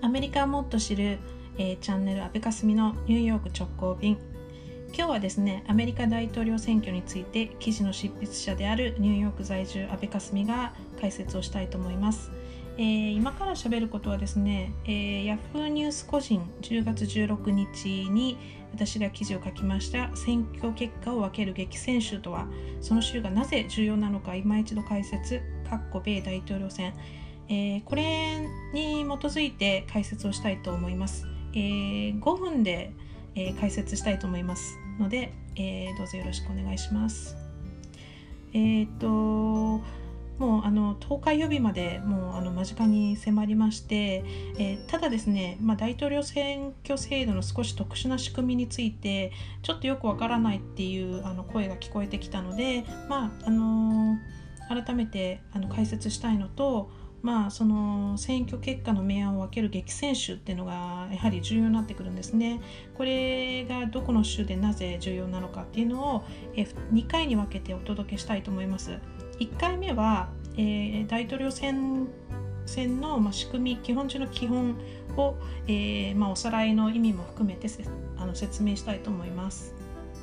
アメリカをもっと知る、チャンネル安倍かすみのニューヨーク直行便。今日はですね、アメリカ大統領選挙について記事の執筆者であるニューヨーク在住安倍かすみが解説をしたいと思います。今から喋ることはですね、ヤフーニュース個人10月16日に私が記事を書きました選挙結果を分ける激戦州とは、その州がなぜ重要なのか今一度解説米大統領選、これに基づいて解説をしたいと思います。5分で、解説したいと思いますので、どうぞよろしくお願いします。もう投開予備までもう間近に迫りまして、ただですね、大統領選挙制度の少し特殊な仕組みについてちょっとよくわからないっていう声が聞こえてきたので、改めて解説したいのと、その選挙結果の明暗を分ける激戦州っていうのがやはり重要になってくるんですね。これがどこの州でなぜ重要なのかっていうのを2回に分けてお届けしたいと思います。1回目は、大統領選の仕組み、基本中の基本を、おさらいの意味も含めて説明したいと思います。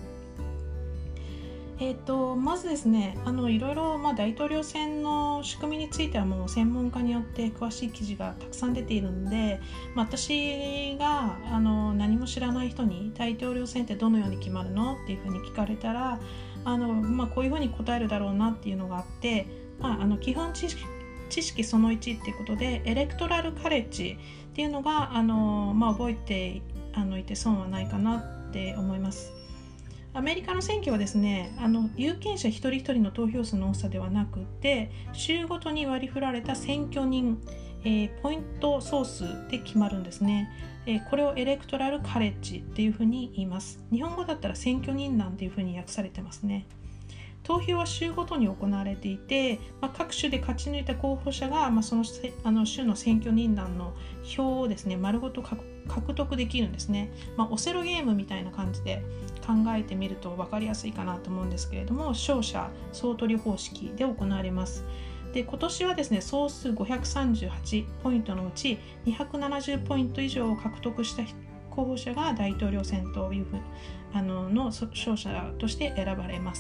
まずですね、いろいろ大統領選の仕組みについてはもう専門家によって詳しい記事がたくさん出ているので、私が何も知らない人に大統領選ってどのように決まるのっていうふうに聞かれたら、こういうふうに答えるだろうなっていうのがあって、基本知識その1っていうことでエレクトラルカレッジっていうのが覚えていて損はないかなって思います。アメリカの選挙はですね、有権者一人一人の投票数の多さではなくて、州ごとに割り振られた選挙人、ポイント総数で決まるんですね。これをエレクトラルカレッジっていうふうに言います。日本語だったら選挙人団っていうふうに訳されてますね。投票は州ごとに行われていて、各州で勝ち抜いた候補者が、その州の選挙人団の票をですね丸ごと獲得できるんですね。オセロゲームみたいな感じで考えてみると分かりやすいかなと思うんですけれども、勝者総取り方式で行われます。で、今年はですね、総数538ポイントのうち270ポイント以上を獲得した候補者が大統領選というふうの勝者として選ばれます。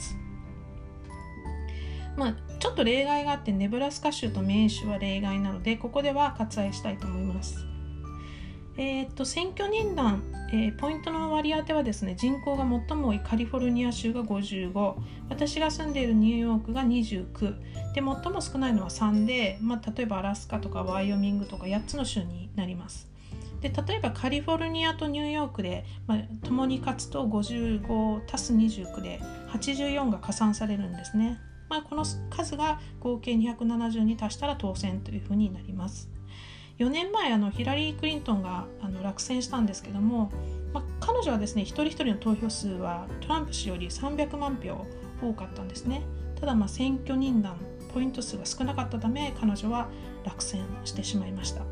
ちょっと例外があって、ネブラスカ州とメーン州は例外なので、ここでは割愛したいと思います。選挙人団、ポイントの割り当てはですね、人口が最も多いカリフォルニア州が55、私が住んでいるニューヨークが29で、最も少ないのは3で、例えばアラスカとかワイオミングとか8つの州になります。で、例えばカリフォルニアとニューヨークで、共に勝つと55足す29で84が加算されるんですね。この数が合計270に達したら当選というふうになります。4年前ヒラリー・クリントンが落選したんですけども、彼女はですね、一人一人の投票数はトランプ氏より300万票多かったんですね。ただ選挙人団ポイント数が少なかったため、彼女は落選してしまいました。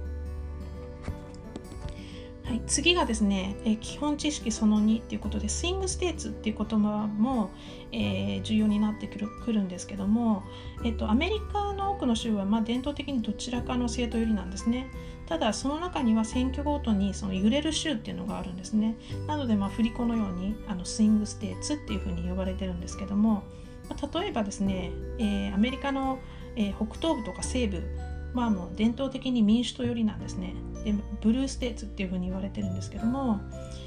次がですね、基本知識その2ということで、スイングステーツっていう言葉も、重要になってくるんですけども、アメリカの多くの州は伝統的にどちらかの政党寄りなんですね。ただその中には選挙ごとにその揺れる州っていうのがあるんですね。なので振り子のようにスイングステーツっていうふうに呼ばれてるんですけども、例えばですね、アメリカの、北東部とか西部もう伝統的に民主党寄りなんですね。で、ブルーステーツっていうふうに言われてるんですけども、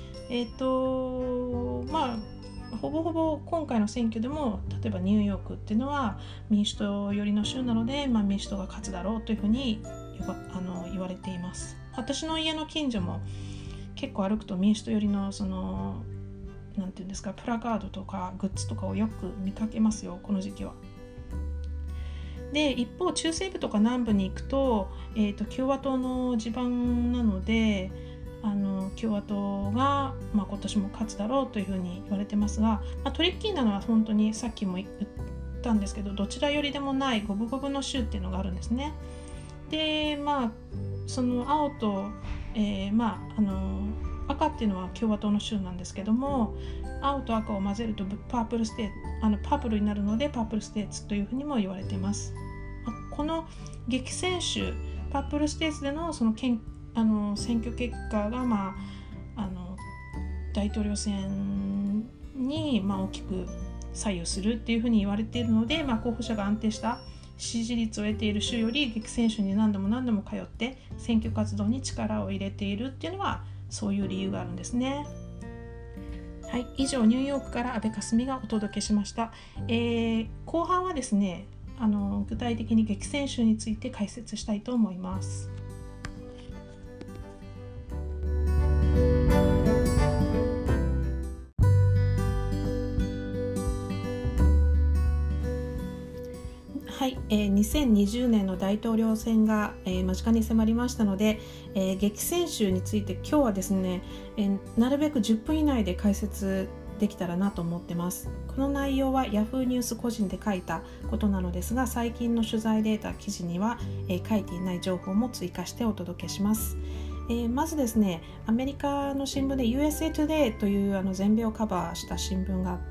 ほぼほぼ今回の選挙でも、例えばニューヨークっていうのは民主党寄りの州なので、民主党が勝つだろうというふうに言われています。私の家の近所も結構歩くと民主党寄りのなんていうんですか、プラカードとかグッズとかをよく見かけますよ、この時期は。で、一方中西部とか南部に行くと、共和党の地盤なので、共和党が、今年も勝つだろうというふうに言われてますが、トリッキーなのは本当にさっきも言ったんですけど、どちらよりでもない五分五分の州っていうのがあるんですね。で、その青と、赤っていうのは共和党の州なんですけども、青と赤を混ぜるとパープルになるのでパープルステーツというふうにも言われています。この激戦州パープルステーツでのその選挙結果が、大統領選に、大きく左右するっていうふうに言われているので、候補者が安定した支持率を得ている州より激戦州に何度も通って選挙活動に力を入れているっていうのはそういう理由があるんですね。はい、以上ニューヨークから阿部かすみがお届けしました。後半はですね、具体的に激戦州について解説したいと思います。はい、2020年の大統領選が、間近に迫りましたので、激戦州について今日はですね、なるべく10分以内で解説できたらなと思ってます。この内容は Yahoo ニュース個人で書いたことなのですが、最近の取材で得た記事には、書いていない情報も追加してお届けします。まずですね、アメリカの新聞で USA Today という全米をカバーした新聞があって、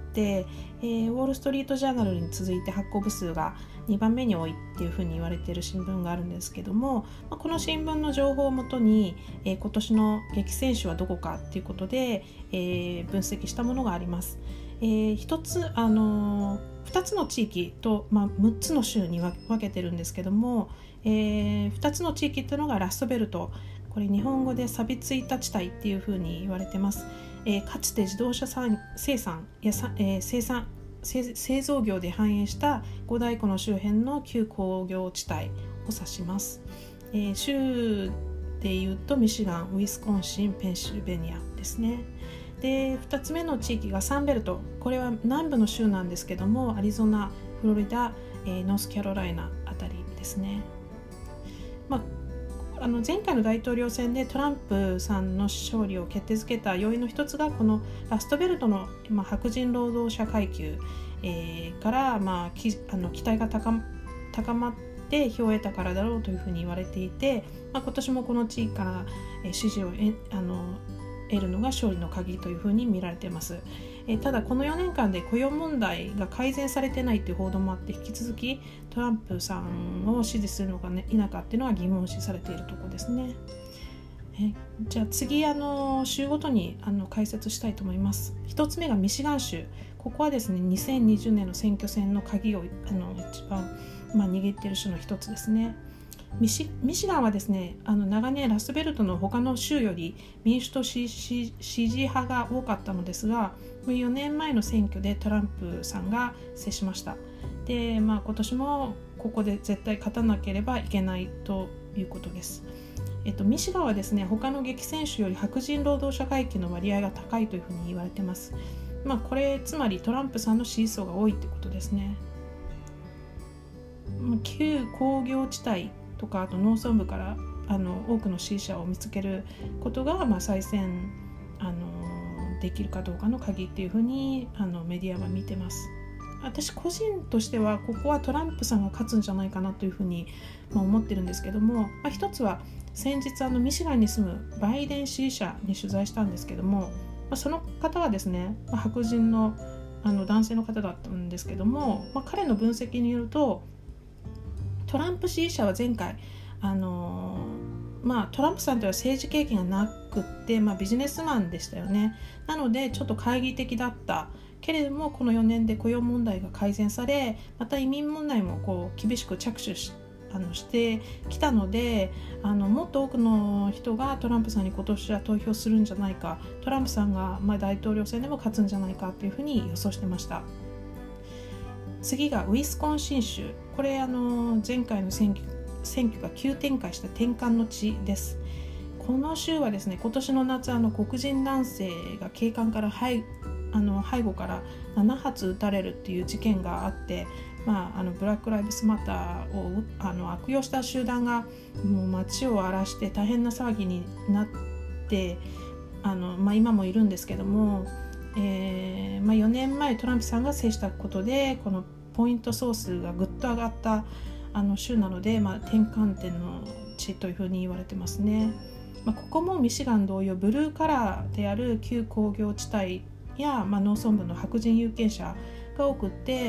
ウォール・ストリート・ジャーナルに続いて発行部数が2番目に多いっていうふうに言われている新聞があるんですけども、この新聞の情報をもとに、今年の激戦州はどこかっていうことで、分析したものがあります。2つの地域と、6つの州に分けてるんですけども、2つの地域っていうのがラストベルト、これ日本語で錆びついた地帯っていうふうに言われてます。かつて自動車生産や製造業で繁栄した五大湖の周辺の旧工業地帯を指します。州でいうとミシガン、ウィスコンシン、ペンシルベニアですね。で、2つ目の地域がサンベルト、これは南部の州なんですけども、アリゾナ、フロリダ、ノースカロライナあたりですね。前回の大統領選でトランプさんの勝利を決定づけた要因の一つがこのラストベルトの、白人労働者階級、から、期待が高まって票を得たからだろうというふうに言われていて、今年もこの地域から支持を得るのが勝利の鍵というふうに見られています。ただこの4年間で雇用問題が改善されてないという報道もあって、引き続きトランプさんを支持するのか否かっていうのは疑問視されているところですね。じゃあ次州ごとに解説したいと思います。1つ目がミシガン州。ここはですね、2020年の選挙戦の鍵を一番、握っている州の一つですね。ミシガンはですね、長年ラストベルトの他の州より民主党支持派が多かったのですが、4年前の選挙でトランプさんが制しました。で、今年もここで絶対勝たなければいけないということです。ミシガンはですね、他の激戦州より白人労働者階級の割合が高いというふうに言われています。これつまりトランプさんの支持層が多いということですね。旧工業地帯とか、あと農村部から多くの支持者を見つけることが、再選できるかどうかの鍵っていうふうにメディアは見てます。私個人としてはここはトランプさんが勝つんじゃないかなというふうに思ってるんですけども、一つは先日ミシガンに住むバイデン支持者に取材したんですけども、その方はですね、白人の男性の方だったんですけども、彼の分析によるとトランプ支持者は前回トランプさんとは政治経験がなくって、ビジネスマンでしたよね。なのでちょっと懐疑的だったけれども、この4年で雇用問題が改善され、また移民問題も厳しく着手してきたので、もっと多くの人がトランプさんに今年は投票するんじゃないか、トランプさんが大統領選でも勝つんじゃないかというふうに予想してました。次がウィスコンシン州。これ前回の選挙が急展開した転換の地です。この州はですね、今年の夏黒人男性が警官から背後から7発撃たれるっていう事件があって、ブラック・ライブスマターを悪用した集団がもう街を荒らして大変な騒ぎになって、今もいるんですけども、4年前トランプさんが制したことでこのポイント総数がぐっと上がった州なので、転換点の地というふうに言われてますね。ここもミシガン同様ブルーカラーである旧工業地帯や、農村部の白人有権者が多くって、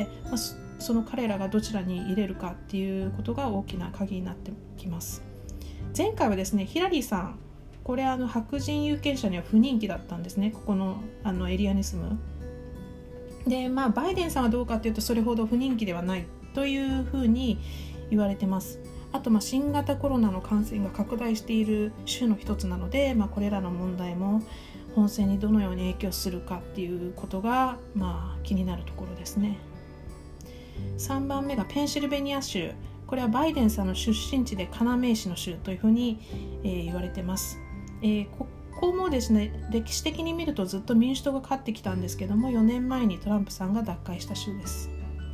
その彼らがどちらに入れるかっていうことが大きな鍵になってきます。前回はですね、ヒラリーさんこれ白人有権者には不人気だったんですね、ここの、エリアに住む。で、バイデンさんはどうかというとそれほど不人気ではないというふうに言われてます。あと新型コロナの感染が拡大している州の一つなので、これらの問題も本選にどのように影響するかっていうことが、気になるところですね。3番目がペンシルベニア州。これはバイデンさんの出身地で要石の州というふうに、言われてます。ここもですね、歴史的に見るとずっと民主党が勝ってきたんですけども、4年前にトランプさんが奪回した州です。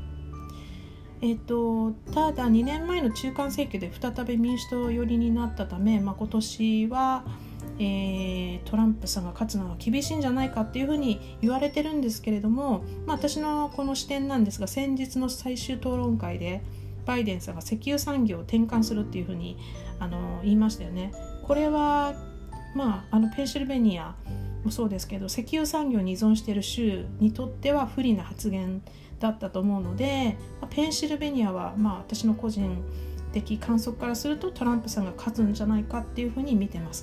ただ2年前の中間選挙で再び民主党寄りになったため、今年は、トランプさんが勝つのは厳しいんじゃないかっていうふうに言われてるんですけれども、私のこの視点なんですが、先日の最終討論会でバイデンさんが石油産業を転換するっていうふうに言いましたよね。これは、ペンシルベニアもそうですけど、石油産業に依存している州にとっては不利な発言だったと思うので、ペンシルベニアは、私の個人的観測からするとトランプさんが勝つんじゃないかっていうふうに見てます。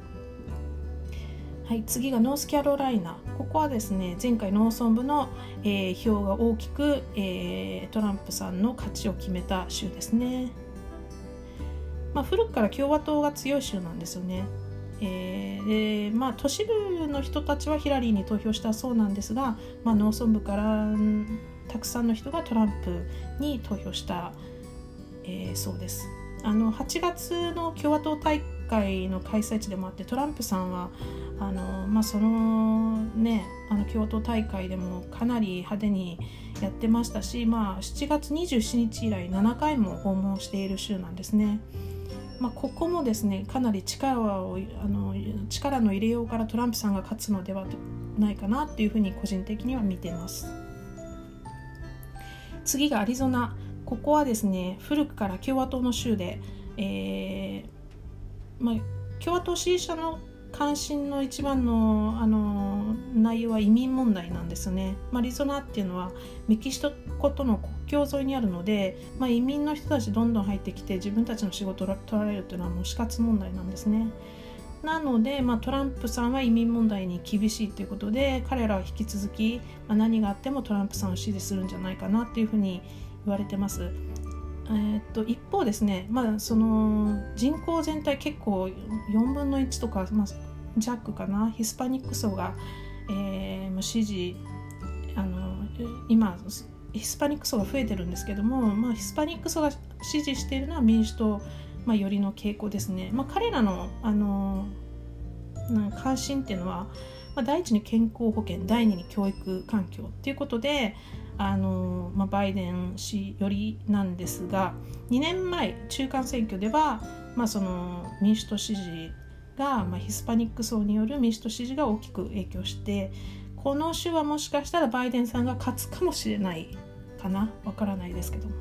はい、次がノースキャロライナ。ここはですね、前回農村部の、票が大きく、トランプさんの勝ちを決めた州ですね。古くから共和党が強い州なんですよね。で都市部の人たちはヒラリーに投票したそうなんですが、農村部からたくさんの人がトランプに投票した、そうです。8月の共和党大会の開催地でもあって、トランプさんはそのね、共和党大会でもかなり派手にやってましたし、7月27日以来7回も訪問している州なんですね。ここもですね、かなり力の入れようからトランプさんが勝つのではないかなというふうに個人的には見ています。次がアリゾナ。ここはですね、古くから共和党の州で、共和党支持者の関心の一番の、内容は移民問題なんですね。アリゾナっていうのはメキシコとの国境沿いにあるので、移民の人たちどんどん入ってきて自分たちの仕事を取られるっていうのはもう死活問題なんですね。なので、トランプさんは移民問題に厳しいということで、彼らは引き続き、何があってもトランプさんを支持するんじゃないかなっていうふうに言われてます。一方ですね、その人口全体結構4分の1とか、弱かな、ヒスパニック層が、支持今ヒスパニック層が増えてるんですけども、ヒスパニック層が支持しているのは民主党、よりの傾向ですね。彼らの、関心っていうのは、第一に健康保険、第二に教育環境っていうことでバイデン氏よりなんですが、2年前中間選挙では、その民主党支持が、ヒスパニック層による民主党支持が大きく影響して、この州はもしかしたらバイデンさんが勝つかもしれないかな、わからないですけども。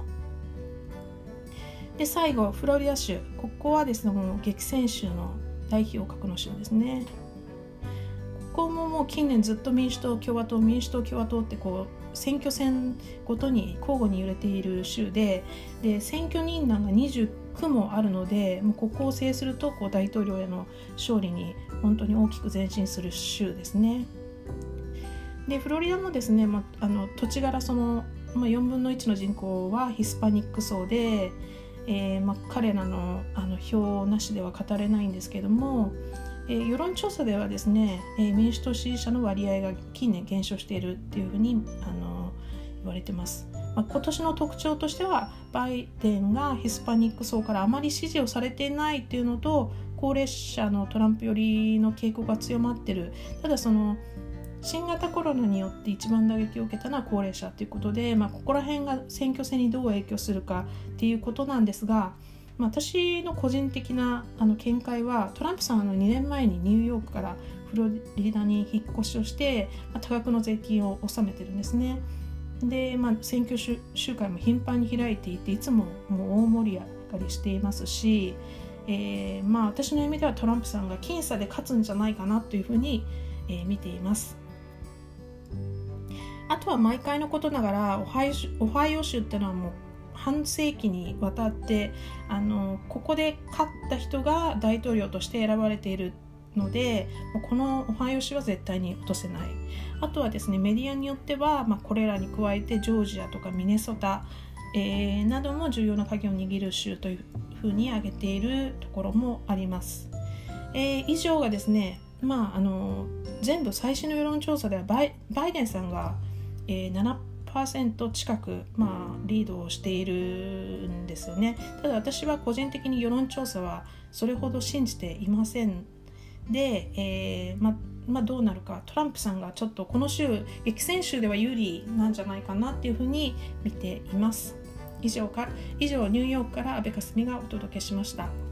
で最後フロリダ州。ここはですね、もう激戦州の代表格の州ですね。ここももう近年ずっと民主党共和党民主党共和党って選挙戦ごとに交互に揺れている州で、選挙人団が29もあるので、もうここを制すると大統領への勝利に本当に大きく前進する州ですね。でフロリダもですね、土地柄その、4分の1の人口はヒスパニック層で、彼らの、票なしでは語れないんですけども、世論調査ではですね、民主党支持者の割合が近年減少しているっていうふうに言われてます。今年の特徴としては、バイデンがヒスパニック層からあまり支持をされていないっていうのと、高齢者のトランプ寄りの傾向が強まっている。ただその新型コロナによって一番打撃を受けたのは高齢者ということで、ここら辺が選挙戦にどう影響するかっていうことなんですが、私の個人的な見解は、トランプさんは2年前にニューヨークからフロリダに引っ越しをして、多額の税金を納めてるんですね。で、選挙集会も頻繁に開いていて、いつももう大盛り上がりしていますし、私の読みではトランプさんが僅差で勝つんじゃないかなというふうに、見ています。あとは毎回のことながらオハイオ州っていうのはもう半世紀にわたってここで勝った人が大統領として選ばれているので、このオハイオ州は絶対に落とせない。あとはですね、メディアによっては、これらに加えてジョージアとかミネソタ、なども重要な鍵を握る州というふうに挙げているところもあります。以上がですね、全部最新の世論調査ではバイデンさんが、7% 近く、リードをしているんですよね。ただ私は個人的に世論調査はそれほど信じていませんで、どうなるか、トランプさんがちょっとこの州激戦州では有利なんじゃないかなっていうふうに見ています。以上ニューヨークから阿部かすみがお届けしました。